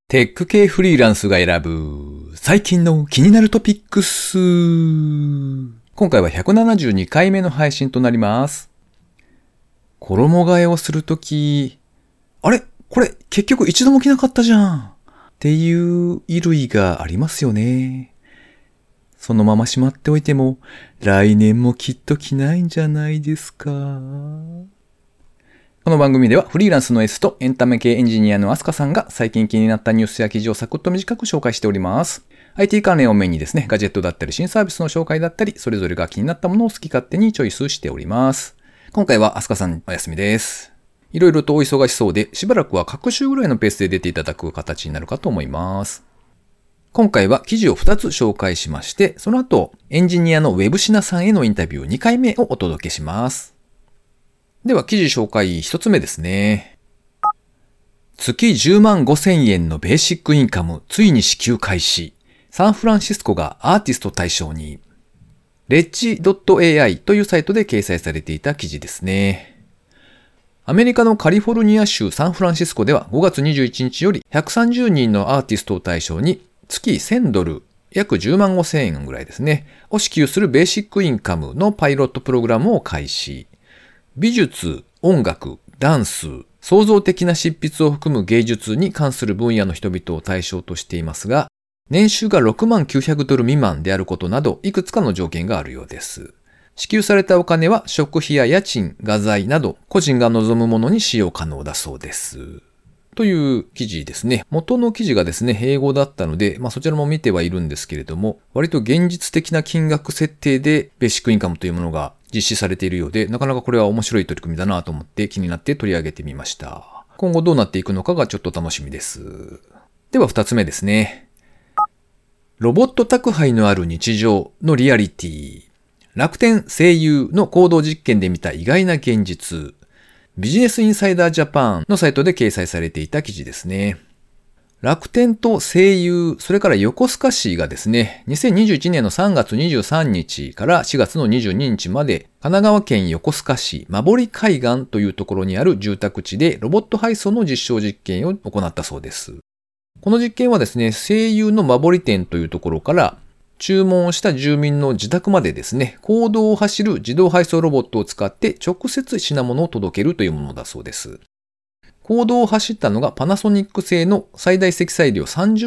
テック系フリーランスが選ぶ最近の気になるトピックス。今回は172回目の配信となります。衣替えをするとき、あれこれ結局一度も着なかったじゃんっていう衣類がありますよね。そのまましまっておいても来年もきっと着ないんじゃないですか。この番組ではフリーランスの S とエンタメ系エンジニアのアスカさんが最近気になったニュースや記事をサクッと短く紹介しております。IT 関連をメインにですね、ガジェットだったり新サービスの紹介だったり、それぞれが気になったものを好き勝手にチョイスしております。今回はアスカさんお休みです。いろいろとお忙しそうで、しばらくは各週ぐらいのペースで出ていただく形になるかと思います。今回は記事を2つ紹介しまして、その後、エンジニアのウェブシナさんへのインタビュー2回目をお届けします。では記事紹介1つ目ですね。月10万5千円のベーシックインカムついに支給開始。サンフランシスコがアーティスト対象に。Ledge.ai というサイトで掲載されていた記事ですね。アメリカのカリフォルニア州サンフランシスコでは5月21日より130人のアーティストを対象に月$1000、約10万5千円ぐらいですね、を支給するベーシックインカムのパイロットプログラムを開始。美術、音楽、ダンス、創造的な執筆を含む芸術に関する分野の人々を対象としていますが、年収が$69,000未満であることなど、いくつかの条件があるようです。支給されたお金は食費や家賃、画材など、個人が望むものに使用可能だそうです。という記事ですね。元の記事がですね、英語だったので、そちらも見てはいるんですけれども、割と現実的な金額設定でベーシックインカムというものが実施されているようで、なかなかこれは面白い取り組みだなと思って気になって取り上げてみました。今後どうなっていくのかがちょっと楽しみです。では2つ目ですね。ロボット宅配のある日常のリアリティ。楽天声優の行動実験で見た意外な現実。ビジネスインサイダージャパンのサイトで掲載されていた記事ですね。楽天と声優、それから横須賀市がですね、2021年の3月23日から4月の22日まで、神奈川県横須賀市馬堀海岸というところにある住宅地でロボット配送の実証実験を行ったそうです。この実験はですね、声優の馬堀店というところから、注文した住民の自宅までですね、公道を走る自動配送ロボットを使って直接品物を届けるというものだそうです。公道を走ったのがパナソニック製の最大積載量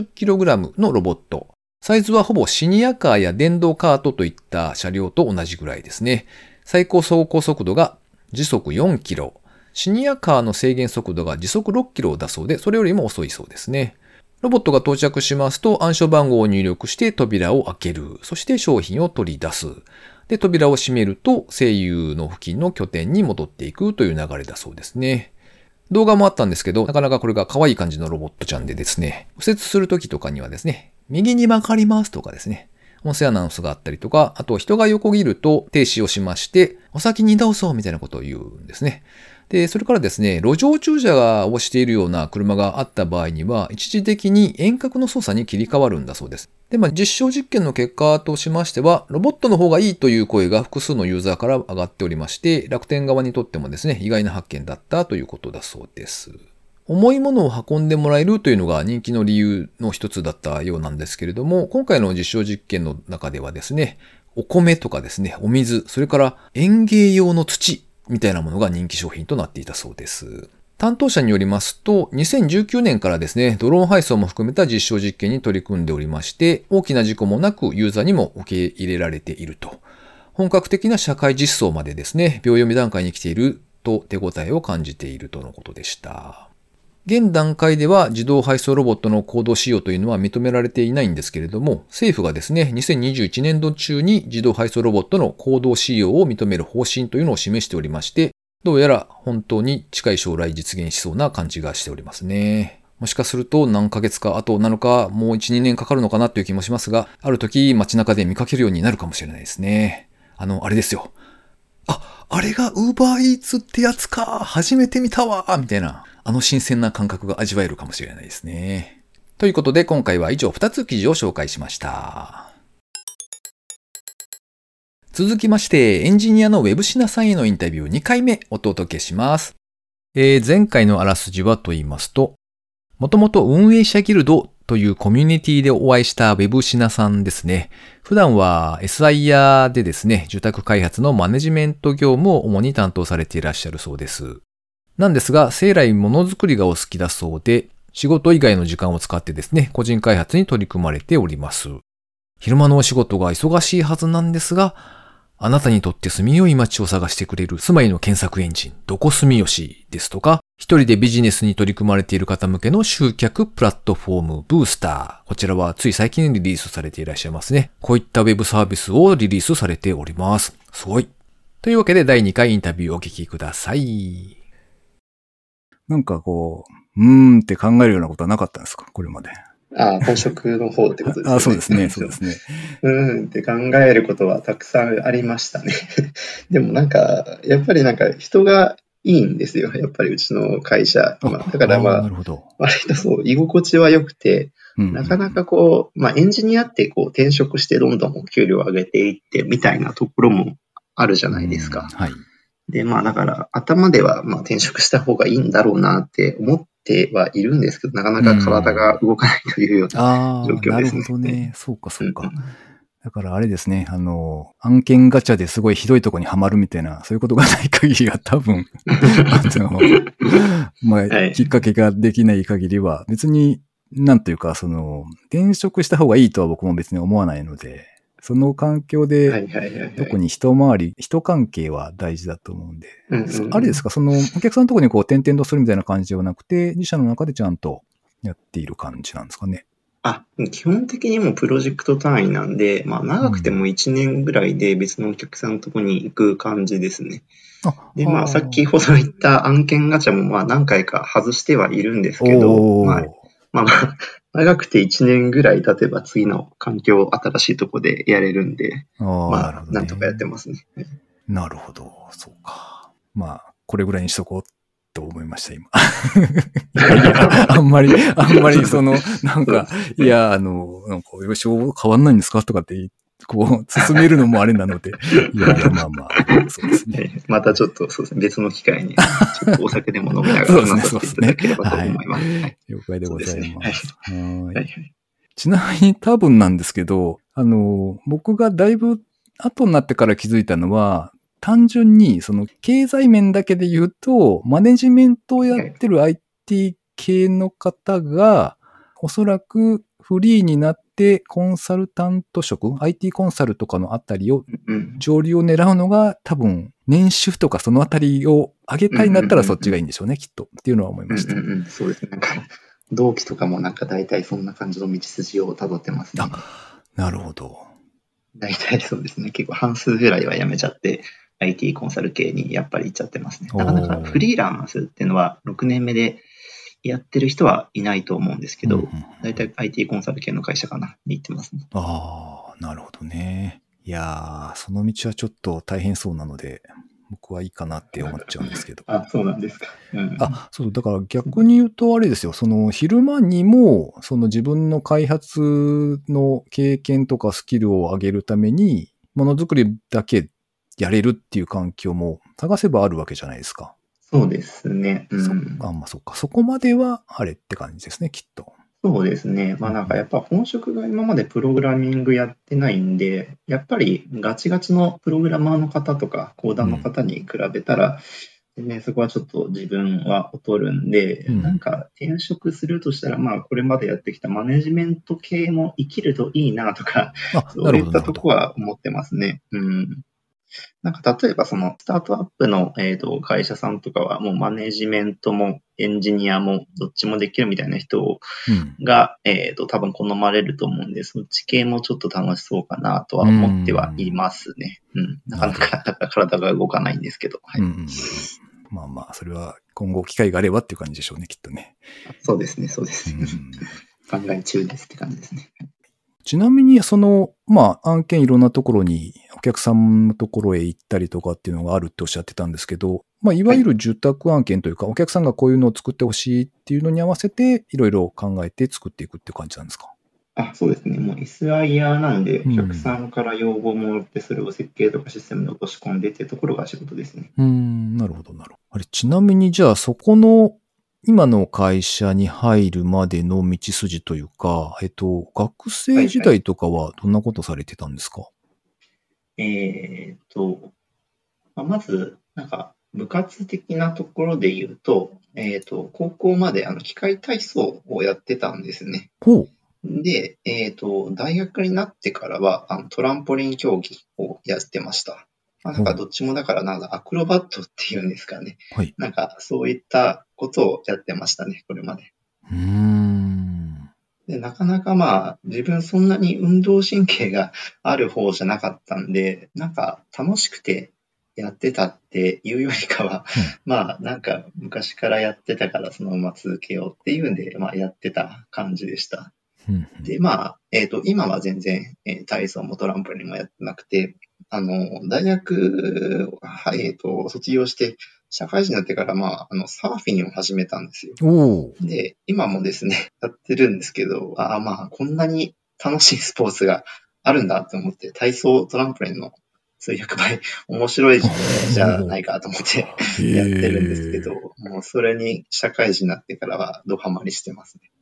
30kg のロボット。サイズはほぼシニアカーや電動カートといった車両と同じぐらいですね。最高走行速度が時速4キロ。シニアカーの制限速度が時速6キロだそうで、それよりも遅いそうですね。ロボットが到着しますと暗証番号を入力して扉を開ける。そして商品を取り出す。で、扉を閉めると声優の付近の拠点に戻っていくという流れだそうですね。動画もあったんですけど、なかなかこれが可愛い感じのロボットちゃんでですね、右折するときとかにはですね、右に曲がりますとかですね、音声アナウンスがあったりとか、あと人が横切ると停止をしまして、お先にどうぞみたいなことを言うんですね。で、それからですね、路上駐車をしているような車があった場合には、一時的に遠隔の操作に切り替わるんだそうです。で、実証実験の結果としましては、ロボットの方がいいという声が複数のユーザーから上がっておりまして、楽天側にとってもですね、意外な発見だったということだそうです。重いものを運んでもらえるというのが人気の理由の一つだったようなんですけれども、今回の実証実験の中ではですね、お米とかですね、お水、それから園芸用の土みたいなものが人気商品となっていたそうです。担当者によりますと、2019年からですね、ドローン配送も含めた実証実験に取り組んでおりまして、大きな事故もなくユーザーにも受け入れられていると。本格的な社会実装までですね、秒読み段階に来ていると手応えを感じているとのことでした。現段階では自動配送ロボットの公道使用というのは認められていないんですけれども、政府がですね、2021年度中に自動配送ロボットの公道使用を認める方針というのを示しておりまして、どうやら本当に近い将来実現しそうな感じがしておりますね。もしかすると何ヶ月か後なのか、もう1、2年かかるのかなという気もしますが、ある時街中で見かけるようになるかもしれないですね。あれですよ。あれが Uber Eats ってやつか、初めて見たわみたいな。新鮮な感覚が味わえるかもしれないですね。ということで今回は以上2つ記事を紹介しました。続きましてエンジニアのウェブシナさんへのインタビュー2回目お届けします。前回のあらすじはと言いますと、 もともと運営者ギルドというコミュニティでお会いしたウェブシナさんですね。普段は SIR でですね、住宅開発のマネジメント業務を主に担当されていらっしゃるそうです。なんですが、生来ものづくりがお好きだそうで、仕事以外の時間を使ってですね、個人開発に取り組まれております。昼間のお仕事が忙しいはずなんですが、あなたにとって住みよい街を探してくれる住まいの検索エンジン、どこ住みよしですとか、一人でビジネスに取り組まれている方向けの集客プラットフォームブースター。こちらはつい最近リリースされていらっしゃいますね。こういったウェブサービスをリリースされております。すごい。というわけで第2回インタビューをお聞きください。 なんかこう、って考えるようなことはなかったんですか、これまで。 本職の方ってことですね。 そうですね、そうですね。 って考えることはたくさんありましたね。でもなんか、やっぱりなんか人がいいんですよ。やっぱりうちの会社。だからなるほど。 割とそう、居心地は良くて、なかなかこう、エンジニアってこう転職してどんどんお給料を上げていってみたいなところもあるじゃないですか。 はい。 で、だから頭では転職した方がいいんだろうなって思ってはいるんですけど、なかなか体が動かないというような状況ですね。 なるほどね。そうか。だからあれですね、案件ガチャですごいひどいとこにはまるみたいな、そういうことがない限りは多分、きっかけができない限りは、別に、なんというか、転職した方がいいとは僕も別に思わないので、その環境で、特に人関係は大事だと思うんで。あれですか、お客さんのところにこう、転々とするみたいな感じではなくて、自社の中でちゃんとやっている感じなんですかね。 基本的にもプロジェクト単位なんで、長くても1年ぐらいで別のお客さんのところに行く感じですね。で、先ほど言った案件ガチャも何回か外してはいるんですけど、長くて1年ぐらい経てば次の環境、新しいとこでやれるんで、なんとかやってますね。 なるほど、そうか。これぐらいにしとこうと思いました、今。あんまり、なんか、よし、変わんないんですかとかって進めるのもあれなので。そうですね。 またちょっと、そうですね、別の機会に、ちょっとお酒でも飲みながら話させていただければと思います。 了解でございます。ちなみに多分なんですけど、僕がだいぶ後になってから気づいたのは、単純に、経済面だけで言うと、マネジメントをやってる IT 系の方が、おそらくフリーになってコンサルタント職、IT コンサルとかのあたりを、上流を狙うのが多分、年収とかそのあたりを上げたいんだったらそっちがいいんでしょうね、きっと。っていうのは思いました。 そうですね。同期とかも大体そんな感じの道筋を辿ってますね。 なるほど。 大体そうですね。結構半数ぐらいは辞めちゃって、IT コンサル系にやっぱり行っちゃってますね。なかなかフリーランスっていうのは6年目でやってる人はいないと思うんですけど、大体 IT コンサル系の会社かなに行ってますね。 なるほどね。いやー、その道はちょっと大変そうなので、僕はいいかなって思っちゃうんですけど。 そうなんですか。 そう、だから逆に言うとあれですよ、昼間にも、自分の開発の経験とかスキルを上げるために、ものづくりだけやれるっていう環境も探せばあるわけじゃないですか。 そうですね。 そっか。そこまではあれって感じですね、きっと。 そうですね。やっぱ本職が今までプログラミングやってないんで、やっぱりガチガチのプログラマーの方とかコーダーの方に比べたら、そこはちょっと自分は劣るんで、なんか転職するとしたら、これまでやってきたマネジメント系も生きるといいなとか、そういったとこは思ってますね。なんか例えばスタートアップの、会社さんとかはもうマネジメントもエンジニアもどっちもできるみたいな人が、多分好まれると思うんで、そっち系もちょっと楽しそうかなとは思ってはいますね。なかなか体が動かないんですけど。 それは今後機会があればっていう感じでしょうね、きっとね。 そうですね。考え中ですって感じですね。 ちなみに、案件いろんなところに、お客さんのところへ行ったりとかっていうのがあるっておっしゃってたんですけど、いわゆる受託案件というか、お客さんがこういうのを作ってほしいっていうのに合わせて、いろいろ考えて作っていくっていう感じなんですか？ そうですね。もう SIR なんで、お客さんから要望をもらって、それを設計とかシステムに落とし込んでっていうところが仕事ですね。 なるほど。あれ、ちなみにじゃあそこの今の会社に入るまでの道筋というか、学生時代とかはどんなことされてたんですか？ まず、なんか、部活的なところで言うと、高校まで機械体操をやってたんですね。 ほう。 で、大学になってからは、トランポリン競技をやってました。なんかどっちもだから、なんかアクロバットっていうんですかね。 はい。 なんかそういったことをやってましたね、これまで。で、なかなか自分そんなに運動神経がある方じゃなかったんで、なんか楽しくてやってたっていうよりかは、なんか昔からやってたからそのまま続けようっていうんで、やってた感じでした。で、今は全然、体操もトランポリンもやってなくて、大学、卒業して、社会人になってから、サーフィンを始めたんですよ。で、今もですね、やってるんですけど、こんなに楽しいスポーツがあるんだと思って、体操、トランポリンの数百倍面白いじゃないかと思ってやってるんですけど、もうそれに社会人になってからはドハマりしてますね。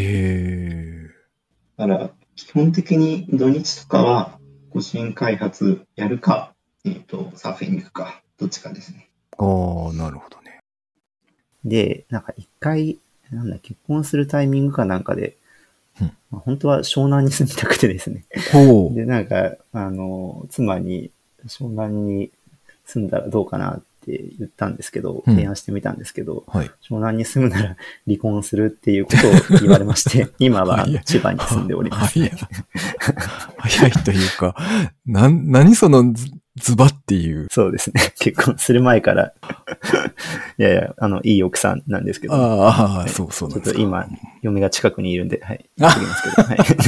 だから、基本的に土日とかは、個人開発やるか、サーフィン行くか、どっちかですね。 ああ、なるほどね。 で、なんか一回、結婚するタイミングかなんかで、本当は湘南に住みたくてですね。で、なんか、妻に湘南に住んだらどうかなって言ったんですけど、提案してみたんですけど、湘南に住むなら離婚するっていうことを言われまして、今は千葉に住んでおります、ね。 早いというか、何そのズバっていう。 そうですね。結婚する前から、いや、いい奥さんなんですけど、 ね。そうなんですか。 ちょっと今、嫁が近くにいるんで、言ってきますけど、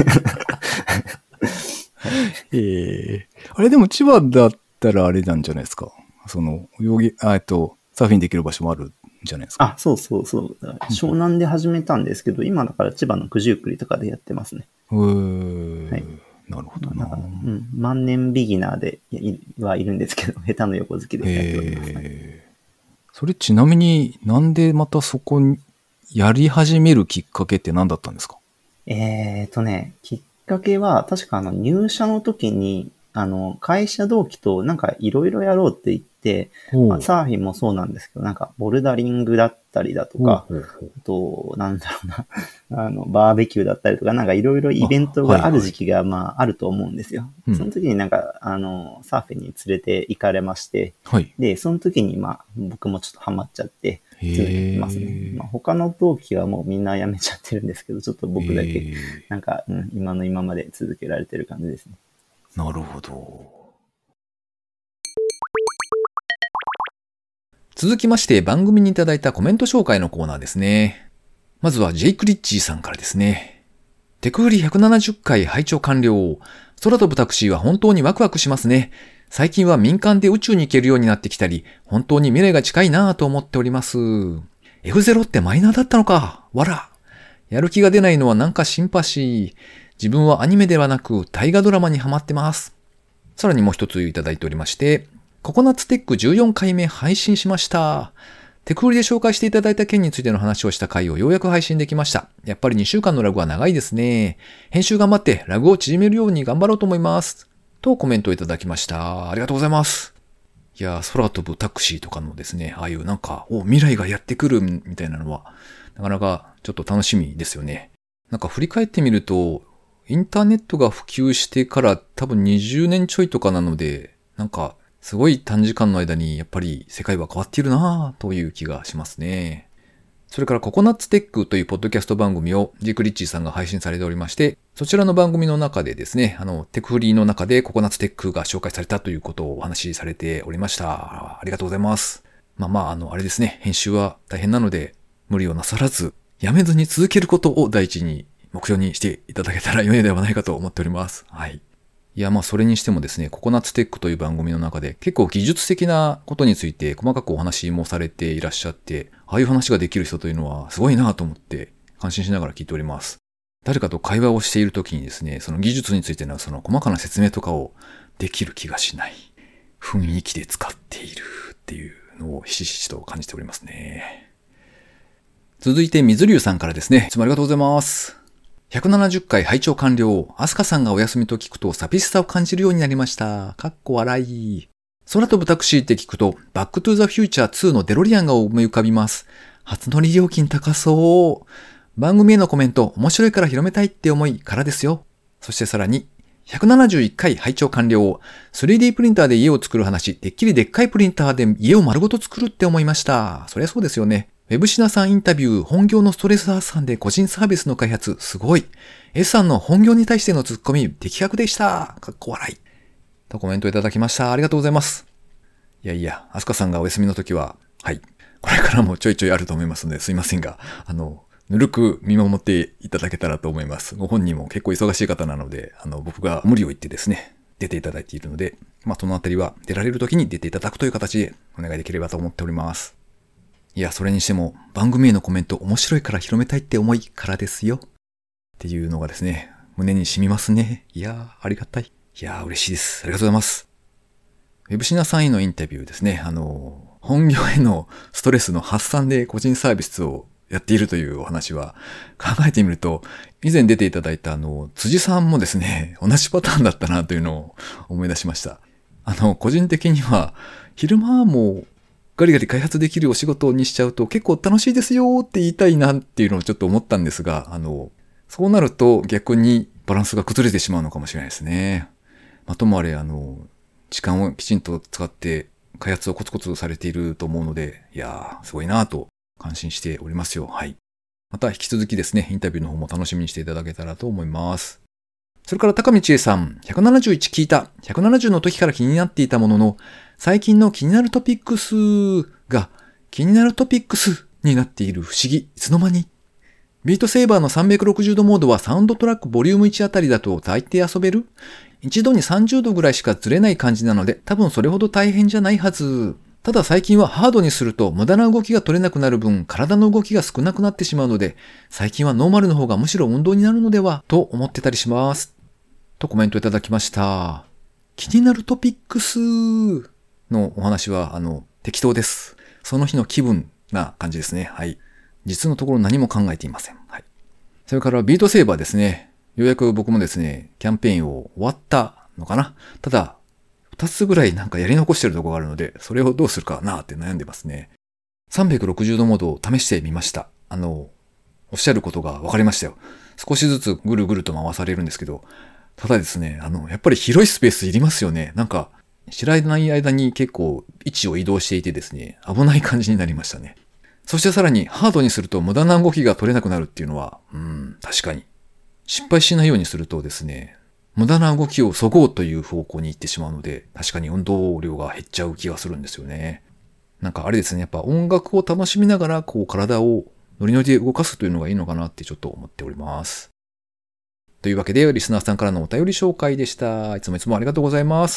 あれでも千葉だったらあれなんじゃないですか。サーフィンできる場所もあるんじゃないですか。 そう。湘南で始めたんですけど、今だから千葉の九十九里とかでやってますね。 なるほどな。 万年ビギナーではいるんですけど、下手の横好きでやっておりますね。 それちなみになんでまたそこにやり始めるきっかけって何だったんですか？ きっかけは確か入社の時に会社同期となんかいろいろやろうって言って、サーフィンもそうなんですけど、なんかボルダリングだったりだとか、あと、なんだろうな、バーベキューだったりとか、なんかいろいろイベントがある時期があると思うんですよ。その時になんか、サーフィンに連れて行かれまして、で、その時に僕もちょっとハマっちゃって、続けてますね。他の同期はもうみんな辞めちゃってるんですけど、ちょっと僕だけ、なんか、今の今まで続けられてる感じですね。 なるほど。 続きまして番組にいただいたコメント紹介のコーナーですね。まずはジェイク・リッチーさんからですね。テクフリ170回拝聴完了。空飛ぶタクシーは本当にワクワクしますね。最近は民間で宇宙に行けるようになってきたり、本当に未来が近いなぁと思っております。F0 ってマイナーだったのか。わら。やる気が出ないのはなんかシンパシー。自分はアニメではなく大河ドラマにハマってます。さらにもう一ついただいておりまして、ココナッツテック14回目配信しました。テクフリで紹介していただいた件についての話をした回をようやく配信できました。やっぱり2週間のラグは長いですね。編集頑張ってラグを縮めるように頑張ろうと思います。とコメントをいただきました。ありがとうございます。いや、空飛ぶタクシーとかのですね、ああいうなんか、未来がやってくるみたいなのは、なかなかちょっと楽しみですよね。なんか振り返ってみると、インターネットが普及してから多分20年ちょいとかなので、なんかすごい短時間の間にやっぱり世界は変わっているなぁという気がしますね。それからココナッツテックというポッドキャスト番組をジェイク・リッチーさんが配信されておりまして、そちらの番組の中でですね、テクフリーの中でココナッツテックが紹介されたということをお話しされておりました。ありがとうございます。あれですね、編集は大変なので無理をなさらず、やめずに続けることを第一に目標にしていただけたら良いのではないかと思っております。はい。いや、それにしてもですね、ココナッツテックという番組の中で結構技術的なことについて細かくお話もされていらっしゃって、ああいう話ができる人というのはすごいなと思って感心しながら聞いております。誰かと会話をしているときにですね、その技術についてのその細かな説明とかをできる気がしない。雰囲気で使っているっていうのをひしひしと感じておりますね。 続いて水流さんからですね。いつもありがとうございます。170回拝聴完了。アスカさんがお休みと聞くと寂しさを感じるようになりました。かっこ笑い。空飛ぶタクシーって聞くと、バックトゥーザフューチャー2のデロリアンが思い浮かびます。初乗り料金高そう。番組へのコメント、面白いから広めたいって思いからですよ。そしてさらに、171回拝聴完了。3D プリンターで家を作る話、てっきりでっかいプリンターで家を丸ごと作るって思いました。そりゃそうですよね。ウェブシナさんインタビュー、本業のストレス発散で個人サービスの開発、すごい。S さんの本業に対してのツッコミ、的確でした。かっこ笑い。とコメントいただきました。ありがとうございます。いやいや、アスカさんがお休みの時は、はい。これからもちょいちょいあると思いますので、すいませんが、ぬるく見守っていただけたらと思います。ご本人も結構忙しい方なので、僕が無理を言ってですね、出ていただいているので、そのあたりは出られる時に出ていただくという形でお願いできればと思っております。いや、それにしても番組へのコメント面白いから広めたいって思いからですよ。っていうのがですね、胸に染みますね。いやー、ありがたい。いやー、嬉しいです。ありがとうございます。ウェブシナさんへのインタビューですね。本業へのストレスの発散で個人サービスをやっているというお話は考えてみると、以前出ていただいた辻さんもですね、同じパターンだったなというのを思い出しました。個人的には昼間もガリガリ開発できるお仕事にしちゃうと結構楽しいですよって言いたいなっていうのをちょっと思ったんですが、そうなると逆にバランスが崩れてしまうのかもしれないですね。ともあれ、時間をきちんと使って開発をコツコツされていると思うので、いやー、すごいなぁと感心しておりますよ。はい。また引き続きですね、インタビューの方も楽しみにしていただけたらと思います。それから高道恵さん、171聞いた。170の時から気になっていたものの、最近の気になるトピックスが気になるトピックスになっている不思議。いつの間に。ビートセーバーの360度モードはサウンドトラックボリューム1あたりだと大抵遊べる？一度に30度ぐらいしかずれない感じなので、多分それほど大変じゃないはず。ただ最近はハードにすると無駄な動きが取れなくなる分、体の動きが少なくなってしまうので、最近はノーマルの方がむしろ運動になるのではと思ってたりします。とコメントいただきました。気になるトピックスのお話は適当です。その日の気分な感じですね。はい。実のところ何も考えていません。はい。それからビートセーバーですね。ようやく僕もですね、キャンペーンを終わったのかな。ただ、2つぐらいやり残してるところがあるので、それをどうするかなって悩んでますね。360度モードを試してみました。おっしゃることが分かりましたよ。少しずつぐるぐると回されるんですけど、ただですね、やっぱり広いスペースいりますよね。知らない間に結構位置を移動していてですね、危ない感じになりましたね。そしてさらにハードにすると無駄な動きが取れなくなるっていうのは、確かに。失敗しないようにするとですね、無駄な動きを削ごうという方向に行ってしまうので、確かに運動量が減っちゃう気がするんですよね。あれですね、やっぱ音楽を楽しみながら体をノリノリで動かすというのがいいのかなってちょっと思っております。というわけで、リスナーさんからのお便り紹介でした。いつもありがとうございます。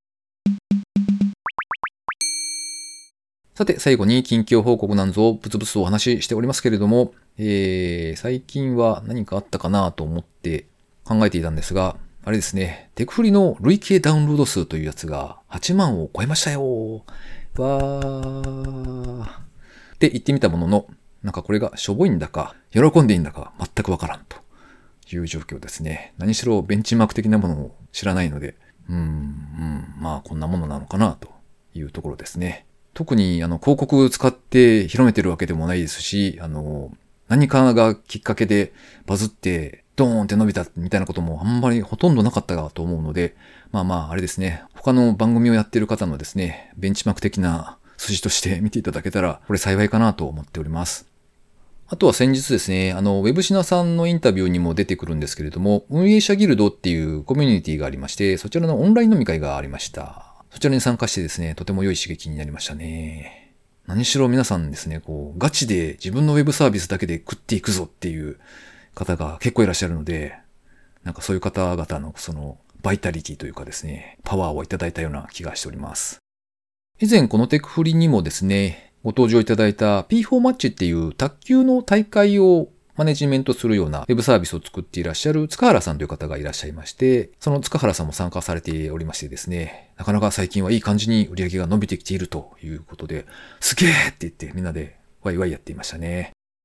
さて、最後に近況報告なんぞブツブツお話ししておりますけれども、最近は何かあったかなと思って考えていたんですが、あれですね、テクフリの累計ダウンロード数というやつが8万を超えましたよ。わー。って言ってみたものの、これがしょぼいんだか、喜んでいいんだか全くわからんという状況ですね。何しろベンチマーク的なものを知らないので、こんなものなのかなというところですね。特に広告使って広めてるわけでもないですし、何かがきっかけでバズってドーンって伸びたみたいなこともあんまりほとんどなかったかと思うので、あれですね、他の番組をやってる方のですね、ベンチマーク的な筋として見ていただけたら、これ幸いかなと思っております。あとは先日ですね、ウェブシナさんのインタビューにも出てくるんですけれども、運営者ギルドっていうコミュニティがありまして、そちらのオンライン飲み会がありました。そちらに参加してですね、とても良い刺激になりましたね。何しろ皆さんですね、ガチで自分のウェブサービスだけで食っていくぞっていう方が結構いらっしゃるので、そういう方々のバイタリティというかですね、パワーをいただいたような気がしております。以前このテクフリにもですね、ご登場いただいた P4 マッチっていう卓球の大会をマネジメントするようなウェブサービスを作っていらっしゃる塚原さんという方がいらっしゃいまして、その塚原さんも参加されておりましてですね、なかなか最近はいい感じに売り上げが伸びてきているということで、すげーって言ってみんなでワイワイやっていましたね。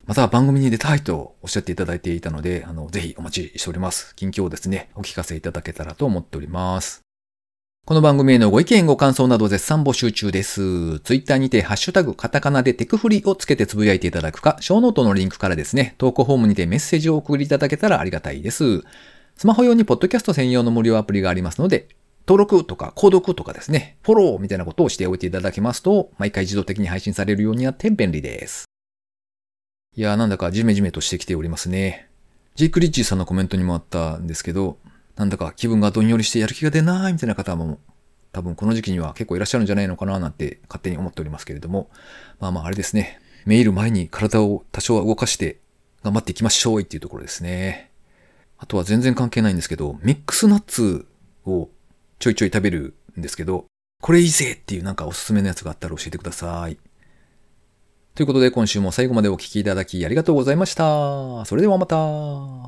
また番組に出たいとおっしゃっていただいていたので、ぜひお待ちしております。近況をですね、お聞かせいただけたらと思っております。この番組へのご意見ご感想など絶賛募集中です。ツイッターにてハッシュタグカタカナでテクフリをつけてつぶやいていただくか、ショーノートのリンクからですね、投稿フォームにてメッセージをお送りいただけたらありがたいです。スマホ用にポッドキャスト専用の無料アプリがありますので、登録とか購読とかですね、フォローみたいなことをしておいていただけますと、毎回自動的に配信されるようになって便利です。いやー、なんだかジメジメとしてきておりますね。ジークリッチーさんのコメントにもあったんですけど、なんだか気分がどんよりしてやる気が出ないみたいな方も多分この時期には結構いらっしゃるんじゃないのかななんて勝手に思っておりますけれども、あれですね。メール前に体を多少は動かして頑張っていきましょうっていうところですね。あとは全然関係ないんですけど、ミックスナッツをちょいちょい食べるんですけど、これいいぜっていうなんかおすすめのやつがあったら教えてください。ということで今週も最後までお聞きいただきありがとうございました。それではまた。